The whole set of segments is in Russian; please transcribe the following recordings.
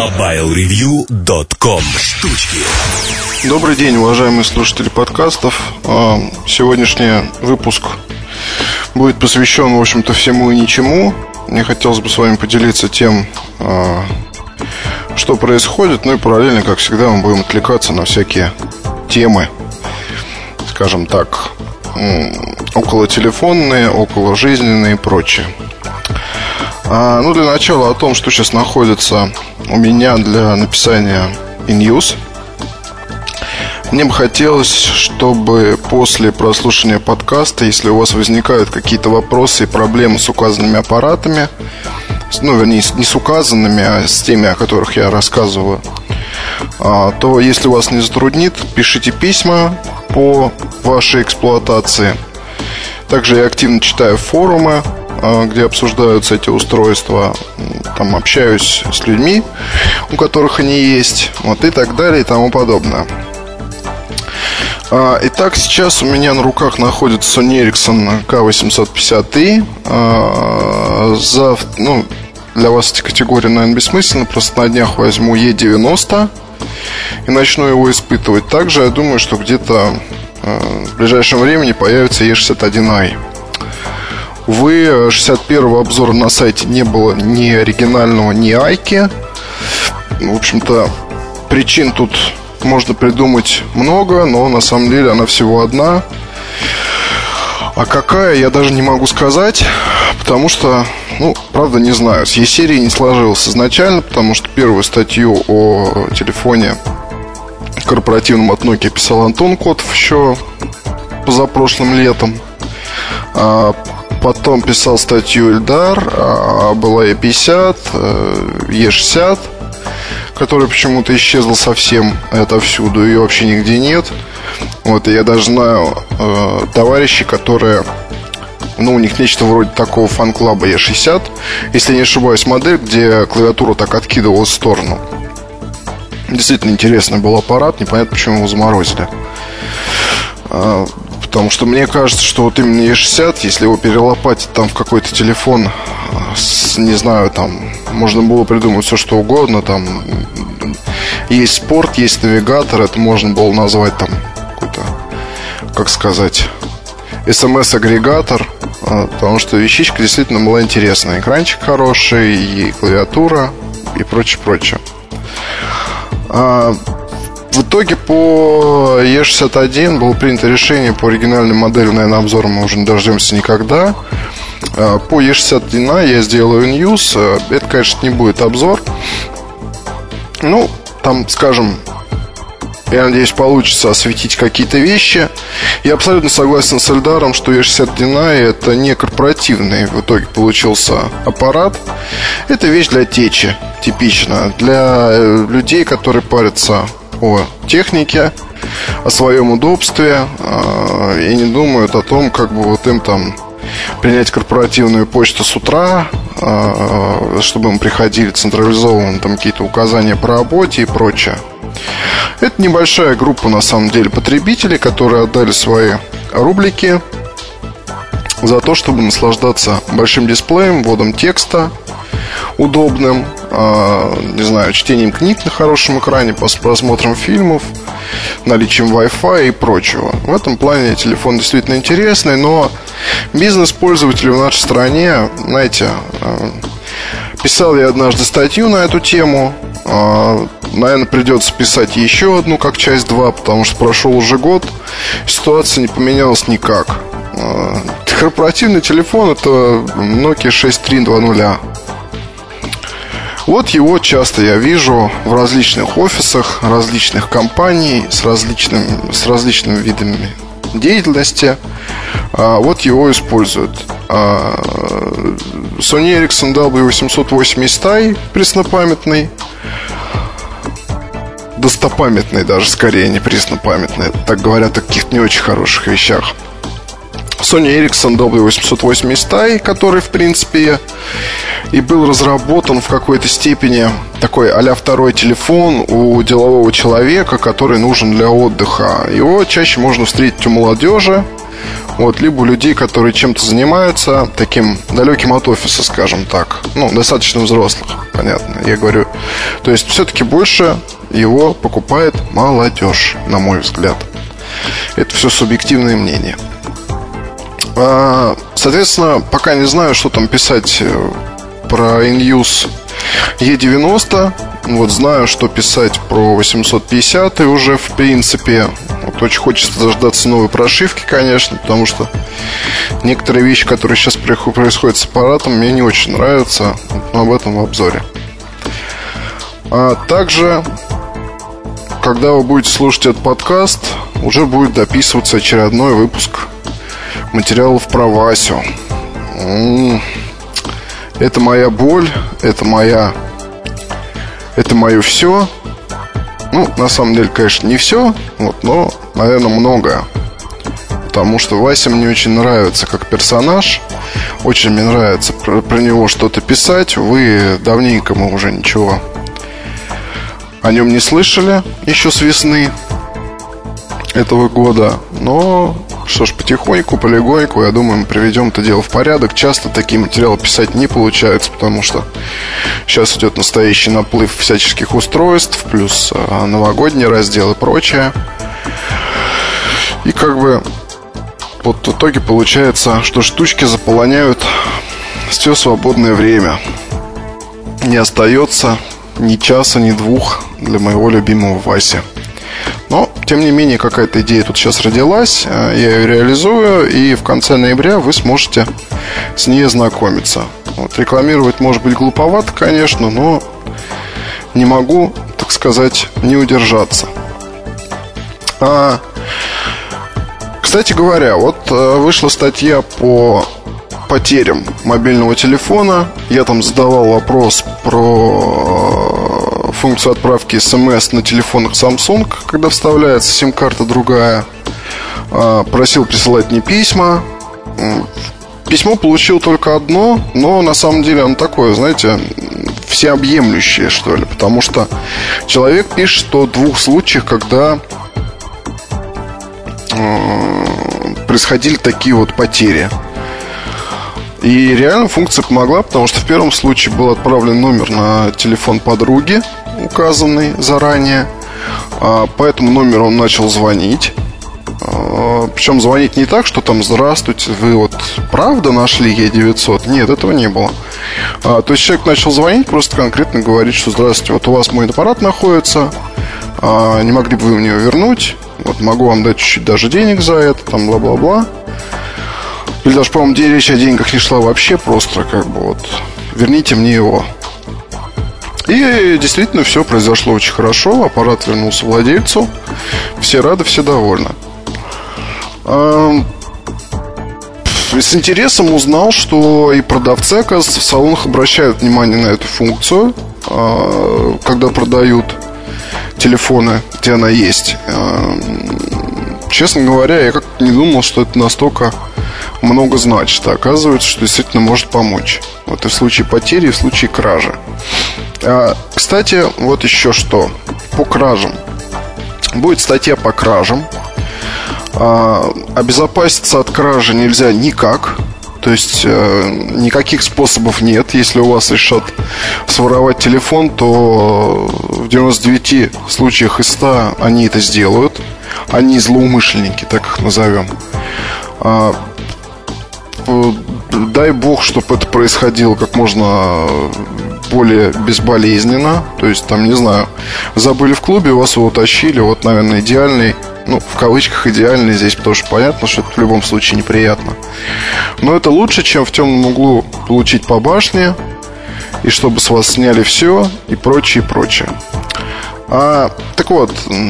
MobileReview.com. Штучки. Добрый день, уважаемые слушатели подкастов. Сегодняшний выпуск будет посвящен, в общем-то, всему и ничему. Мне хотелось бы с вами поделиться тем, что происходит. Ну и параллельно, как всегда, мы будем отвлекаться на всякие темы, скажем так, околотелефонные, околожизненные и прочее. Ну, для начала о том, что сейчас находится у меня для написания in-use. Мне бы хотелось, чтобы после прослушивания подкаста, если у вас возникают какие-то вопросы и проблемы с указанными аппаратами, ну, вернее, не с указанными, а с теми, о которых я рассказываю, то, если вас не затруднит, пишите письма по вашей эксплуатации. Также я активно читаю форумы, где обсуждаются эти устройства. Там общаюсь с людьми, у которых они есть, вот, и так далее, и тому подобное. Итак, сейчас у меня на руках находится Sony Ericsson K850i. Для вас эти категории, наверное, бессмысленно. Просто на днях возьму E90 и начну его испытывать. Также я думаю, что где-то в ближайшем времени появится E61i. Увы, 61-го обзора на сайте не было ни оригинального, ни айки. В общем-то, причин тут можно придумать много, но на самом деле она всего одна. А какая, я даже не могу сказать, потому что, правда, не знаю. С E-серией не сложилось изначально, потому что первую статью о телефоне корпоративном от Nokia писал Антон Котов еще позапрошлым летом. Потом писал статью Эльдар, была E50, E60, которая почему-то исчезла совсем отовсюду, ее вообще нигде нет. Вот, и я даже знаю товарищей, которые, у них нечто вроде такого фан-клаба E60, если не ошибаюсь, модель, где клавиатура так откидывалась в сторону. Действительно интересный был аппарат, непонятно, почему его заморозили. Потому что мне кажется, что вот именно E60, если его перелопатить там в какой-то телефон, не знаю, там можно было придумать все что угодно. Там есть спорт, есть навигатор, это можно было назвать там какой-то, как сказать, SMS-агрегатор. Потому что вещичка действительно была интересная. Экранчик хороший, и клавиатура, и прочее. В итоге по E61 было принято решение по оригинальной модели, наверное, обзора мы уже не дождемся никогда. По E61 я сделаю in-use. Это, конечно, не будет обзор. Там, скажем, я надеюсь, получится осветить какие-то вещи. Я абсолютно согласен с Эльдаром, что E61 это не корпоративный в итоге получился аппарат. Это вещь для течи, типично. Для людей, которые парятся о технике, о своем удобстве и не думают о том, как бы вот им там принять корпоративную почту с утра, чтобы им приходили централизованно там какие-то указания по работе и прочее. Это небольшая группа, на самом деле, потребителей, которые отдали свои рублики за то, чтобы наслаждаться большим дисплеем, вводом текста удобным, не знаю, чтением книг на хорошем экране, просмотром фильмов, наличием Wi-Fi и прочего. В этом плане телефон действительно интересный, но бизнес-пользователи в нашей стране, знаете, писал я однажды статью на эту тему. Наверное, придется писать еще одну, как часть 2, потому что прошел уже год, ситуация не поменялась никак. Корпоративный телефон — это Nokia 6320. Вот его часто я вижу в различных офисах, различных компаний с различными видами деятельности. Вот его используют. Sony Ericsson W880i преснопамятный, достопамятный даже, скорее, не преснопамятный. Так говорят о каких-то не очень хороших вещах. Sony Ericsson W880i, который, в принципе, и был разработан в какой-то степени такой а-ля второй телефон у делового человека, который нужен для отдыха. Его чаще можно встретить у молодежи, вот, либо у людей, которые чем-то занимаются, таким далеким от офиса, скажем так. Ну, достаточно взрослых, понятно, я говорю. То есть, все-таки больше его покупает молодежь, на мой взгляд. Это все субъективное мнение. Соответственно, пока не знаю, что там писать про Inuse E90. Вот знаю, что писать про 850 уже в принципе. Вот очень хочется дождаться новой прошивки, конечно, потому что некоторые вещи, которые сейчас происходят с аппаратом, мне не очень нравятся. Но об этом в обзоре. А также, когда вы будете слушать этот подкаст, уже будет дописываться очередной выпуск материалов про Васю. Это моя боль, это мое все. Ну, на самом деле, конечно, не все, вот, но, наверное, многое. Потому что Вася мне очень нравится как персонаж. Очень мне нравится про него что-то писать. Вы давненько мы уже ничего о нем не слышали еще с весны этого года. Но, что ж, потихоньку, полегоньку, я думаю, мы приведем это дело в порядок. Часто такие материалы писать не получается, потому что сейчас идет настоящий наплыв всяческих устройств, плюс новогодний раздел и прочее. И как бы вот в итоге получается, что штучки заполоняют все свободное время. Не остается ни часа, ни двух для моего любимого Васи. Но, тем не менее, какая-то идея тут сейчас родилась. Я ее реализую, и в конце ноября вы сможете с ней ознакомиться. Вот, рекламировать может быть глуповато, конечно, но не могу, так сказать, не удержаться. Кстати говоря, вот вышла статья по потерям мобильного телефона. Я там задавал вопрос про функцию отправки смс на телефонах Samsung, когда вставляется сим-карта другая. Просил присылать мне письма. Письмо получил только одно, но на самом деле оно такое, знаете, всеобъемлющее, что ли. Потому что человек пишет о двух случаях, когда происходили такие вот потери. И реально функция помогла, потому что в первом случае был отправлен номер на телефон подруги, указанный заранее. По этому номеру он начал звонить. Причем звонить не так, что там: здравствуйте, вы вот правда нашли Е900? Нет, этого не было. То есть человек начал звонить, просто конкретно говорить, что: здравствуйте, вот у вас мой аппарат находится, не могли бы вы мне его вернуть? Вот могу вам дать чуть-чуть даже денег за это, там бла-бла-бла. Или даже, по-моему, речь о деньгах не шла вообще, просто как бы вот верните мне его. И действительно все произошло очень хорошо. Аппарат вернулся владельцу. Все рады, все довольны. С интересом узнал, что и продавцы, оказывается, в салонах обращают внимание на эту функцию, когда продают телефоны, где она есть. Честно говоря, я как-то не думал, что это настолько много значит. А оказывается, что действительно может помочь. Вот и в случае потери, и в случае кражи. Кстати, вот еще что. По кражам. Будет статья по кражам. Обезопаситься от кражи нельзя никак. То есть никаких способов нет. Если у вас решат своровать телефон, то в 99 случаях из 100 они это сделают. Они злоумышленники, так их назовем. Дай бог, чтобы это происходило как можно более безболезненно. То есть, там, не знаю, забыли в клубе, вас его утащили. Вот, наверное, идеальный, ну, в кавычках идеальный здесь, потому что понятно, что это в любом случае неприятно. Но это лучше, чем в темном углу получить по башне, и чтобы с вас сняли все, и прочее, и прочее. Так вот,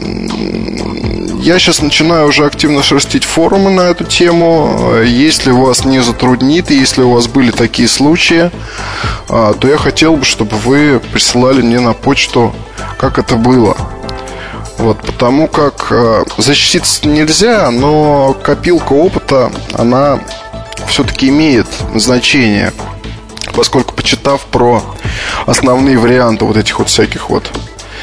я сейчас начинаю уже активно шерстить форумы на эту тему. Если вас не затруднит, и если у вас были такие случаи, то я хотел бы, чтобы вы присылали мне на почту, как это было. Вот, потому как защититься нельзя, но копилка опыта, она все-таки имеет значение, поскольку почитав про основные варианты вот этих вот всяких вот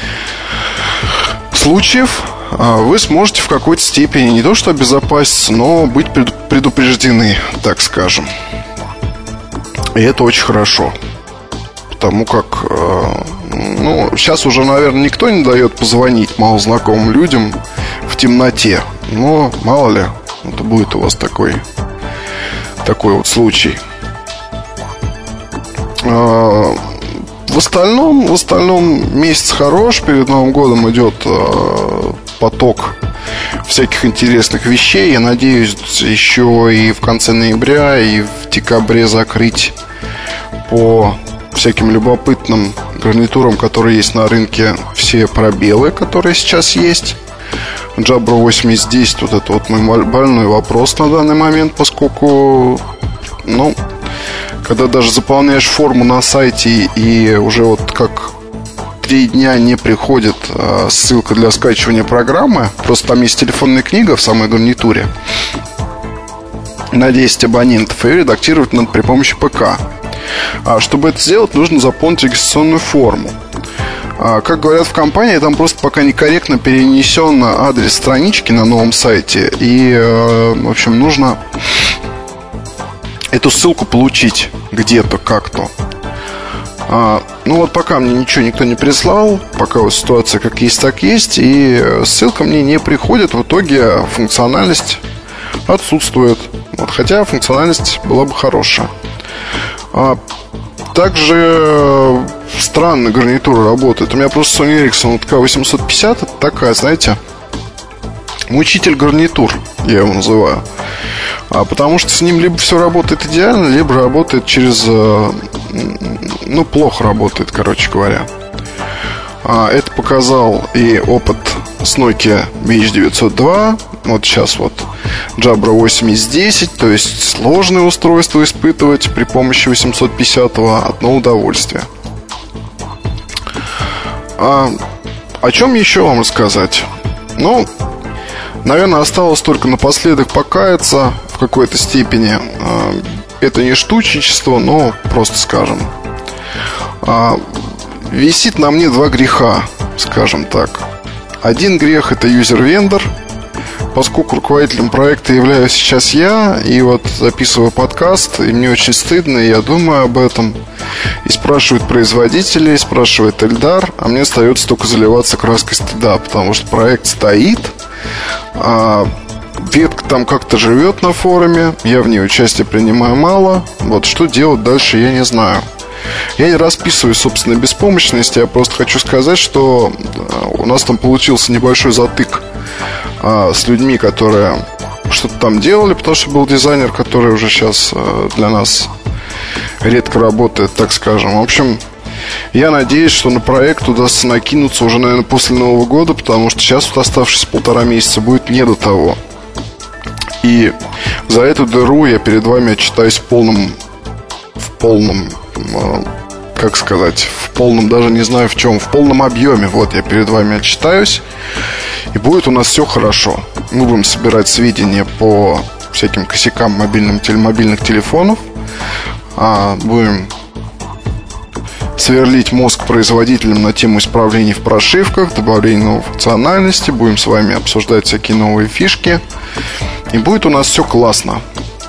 случаев, вы сможете в какой-то степени не то что обезопаситься, но быть предупреждены, так скажем. И это очень хорошо. Потому как, сейчас уже, наверное, никто не дает позвонить малознакомым людям в темноте. Но, мало ли, это будет у вас такой вот случай. В остальном месяц хорош. Перед Новым годом идет поток всяких интересных вещей. Я надеюсь, еще и в конце ноября, и в декабре закрыть по всяким любопытным гарнитурам, которые есть на рынке, все пробелы, которые сейчас есть. Jabra 8010, вот это вот мой больной вопрос на данный момент, поскольку, когда даже заполняешь форму на сайте и уже вот как 3 дня не приходит ссылка для скачивания программы, просто там есть телефонная книга в самой гарнитуре на 10 абонентов, и редактировать надо при помощи ПК. А чтобы это сделать, нужно заполнить регистрационную форму. Как говорят в компании, там просто пока некорректно перенесен адрес странички на новом сайте. И, в общем, нужно эту ссылку получить где-то, как-то. Вот пока мне ничего никто не прислал, пока вот ситуация как есть, так есть, и ссылка мне не приходит. В итоге функциональность отсутствует. Хотя функциональность была бы хорошая. Также странно гарнитура работает. У меня просто Sony Ericsson TK850. Это такая, знаете, мучитель гарнитур, я его называю. Потому что с ним либо все работает идеально, либо работает через... плохо работает, короче говоря. Это показал и опыт с Nokia BH902. Вот сейчас вот Jabra 8010. То есть сложное устройство испытывать при помощи 850-го одно удовольствие. О чем еще вам рассказать? Наверное, осталось только напоследок покаяться в какой-то степени. Это не штучничество, но просто скажем. Висит на мне 2 греха, скажем так. Один грех — это юзер-вендор. Поскольку руководителем проекта являюсь сейчас я, и вот записываю подкаст, и мне очень стыдно, и я думаю об этом. И спрашивают производителей, спрашивает Эльдар, а мне остается только заливаться краской стыда, потому что проект стоит, ветка там как-то живет на форуме, я в ней участие принимаю мало. Вот что делать дальше, я не знаю. Я не расписываю собственной беспомощности. Я просто хочу сказать, что у нас там получился небольшой затык с людьми, которые что-то там делали, потому что был дизайнер, который уже сейчас для нас редко работает, так скажем. В общем, я надеюсь, что на проект удастся накинуться уже, наверное, после Нового года, потому что сейчас вот оставшиеся 1,5 месяца будет не до того. И за эту дыру я перед вами отчитаюсь в полном, как сказать, в полном, даже не знаю в чем, в полном объеме. Вот я перед вами отчитаюсь, и будет у нас все хорошо. Мы будем собирать сведения по всяким косякам мобильных телефонов, будем сверлить мозг производителям на тему исправлений в прошивках, добавления новой функциональности, будем с вами обсуждать всякие новые фишки, и будет у нас все классно.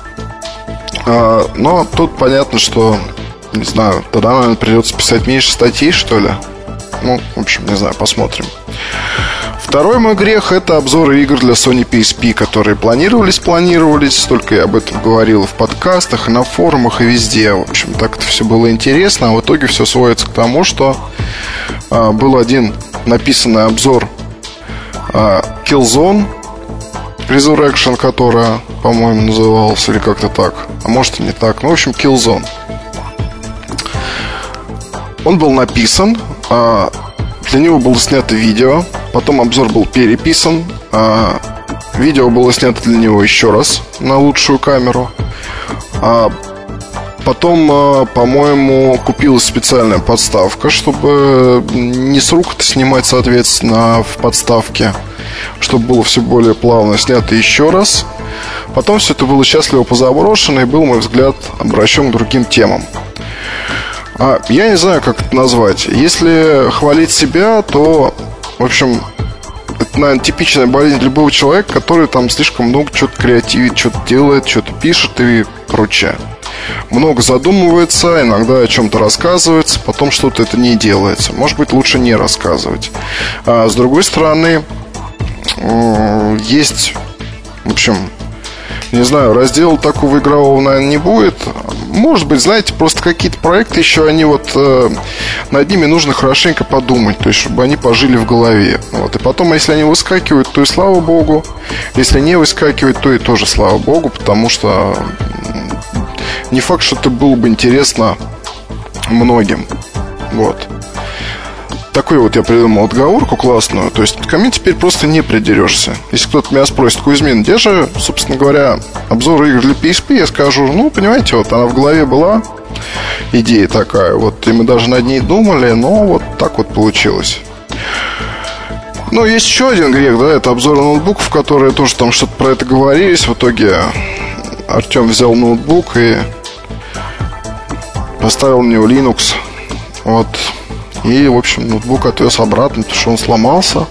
Но тут понятно, что, не знаю, тогда, наверное, придется писать меньше статей, что ли. В общем, не знаю, посмотрим. Второй мой грех — это обзоры игр для Sony PSP, которые планировались. Только я об этом говорил и в подкастах, и на форумах, и везде. В общем, так это все было интересно. А в итоге все сводится к тому, что был один написанный обзор Killzone Resurrection, которая, по-моему, называлась, или как-то так. А может и не так. В общем, Killzone. Он был написан, для него было снято видео, потом обзор был переписан, видео было снято для него еще раз на лучшую камеру, потом, по-моему, купилась специальная подставка, чтобы не с рук это снимать, соответственно, в подставке, чтобы было все более плавно, снято еще раз. Потом все это было счастливо позаброшено, и был мой взгляд обращен к другим темам. Я не знаю, как это назвать. Если хвалить себя, то, в общем, это, наверное, типичная болезнь любого человека, который там слишком много чего-то креативит, что-то делает, что-то пишет и прочее. Много задумывается, иногда о чем-то рассказывается, потом что-то это не делается. Может быть, лучше не рассказывать. А с другой стороны, есть, в общем, не знаю, раздела такого игрового, наверное, не будет. Может быть, знаете, просто какие-то проекты еще, они вот над ними нужно хорошенько подумать, то есть, чтобы они пожили в голове. Вот. И потом, если они выскакивают, то и слава богу. Если не выскакивают, то и тоже слава богу, потому что не факт, что это было бы интересно многим. Вот. Такую вот я придумал отговорку классную. То есть ко мне теперь просто не придерешься. Если кто-то меня спросит: Кузьмин, где же, собственно говоря, обзор игр для PSP, я скажу: ну, понимаете, вот она в голове была, идея такая, вот, и мы даже над ней думали, но вот так вот получилось. Ну, есть еще один грех, да, это обзор ноутбуков, которые тоже там что-то про это говорились. В итоге Артем взял ноутбук и поставил в него Linux. Вот. И, в общем, ноутбук отвез обратно, потому что он сломался.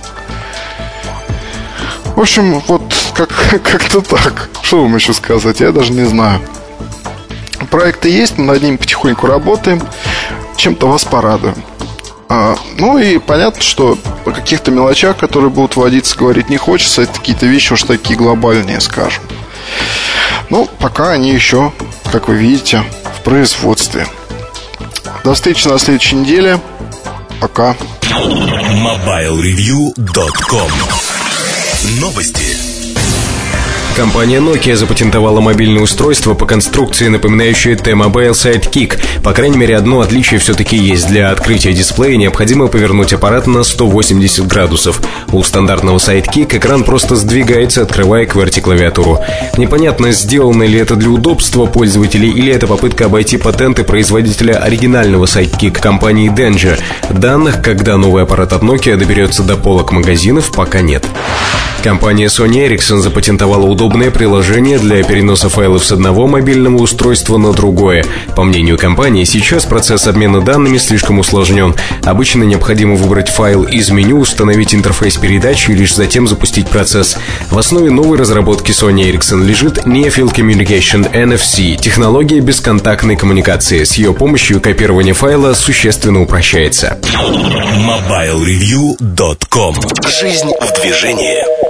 В общем, вот как-то так. Что вам еще сказать, я даже не знаю. Проекты есть, мы над ними потихоньку работаем. Чем-то вас порадуем. Ну и понятно, что о каких-то мелочах, которые будут вводиться, говорить не хочется. Это какие-то вещи уж такие глобальные, скажем. Ну, пока они еще, как вы видите, в производстве. До встречи на следующей неделе. Пока. MobileReview.com. Новости. Компания Nokia запатентовала мобильное устройство по конструкции, напоминающее T-Mobile Sidekick. По крайней мере, одно отличие все-таки есть. Для открытия дисплея необходимо повернуть аппарат на 180 градусов. У стандартного Sidekick экран просто сдвигается, открывая QWERTY-клавиатуру. Непонятно, сделано ли это для удобства пользователей или это попытка обойти патенты производителя оригинального Sidekick компании Danger. Данных, когда новый аппарат от Nokia доберется до полок магазинов, пока нет. Компания Sony Ericsson запатентовала удобное приложение для переноса файлов с одного мобильного устройства на другое. По мнению компании, сейчас процесс обмена данными слишком усложнен. Обычно необходимо выбрать файл из меню, установить интерфейс передачи и лишь затем запустить процесс. В основе новой разработки Sony Ericsson лежит Near Field Communication NFC, технология бесконтактной коммуникации. С ее помощью копирование файла существенно упрощается. MobileReview.com. Жизнь в движении.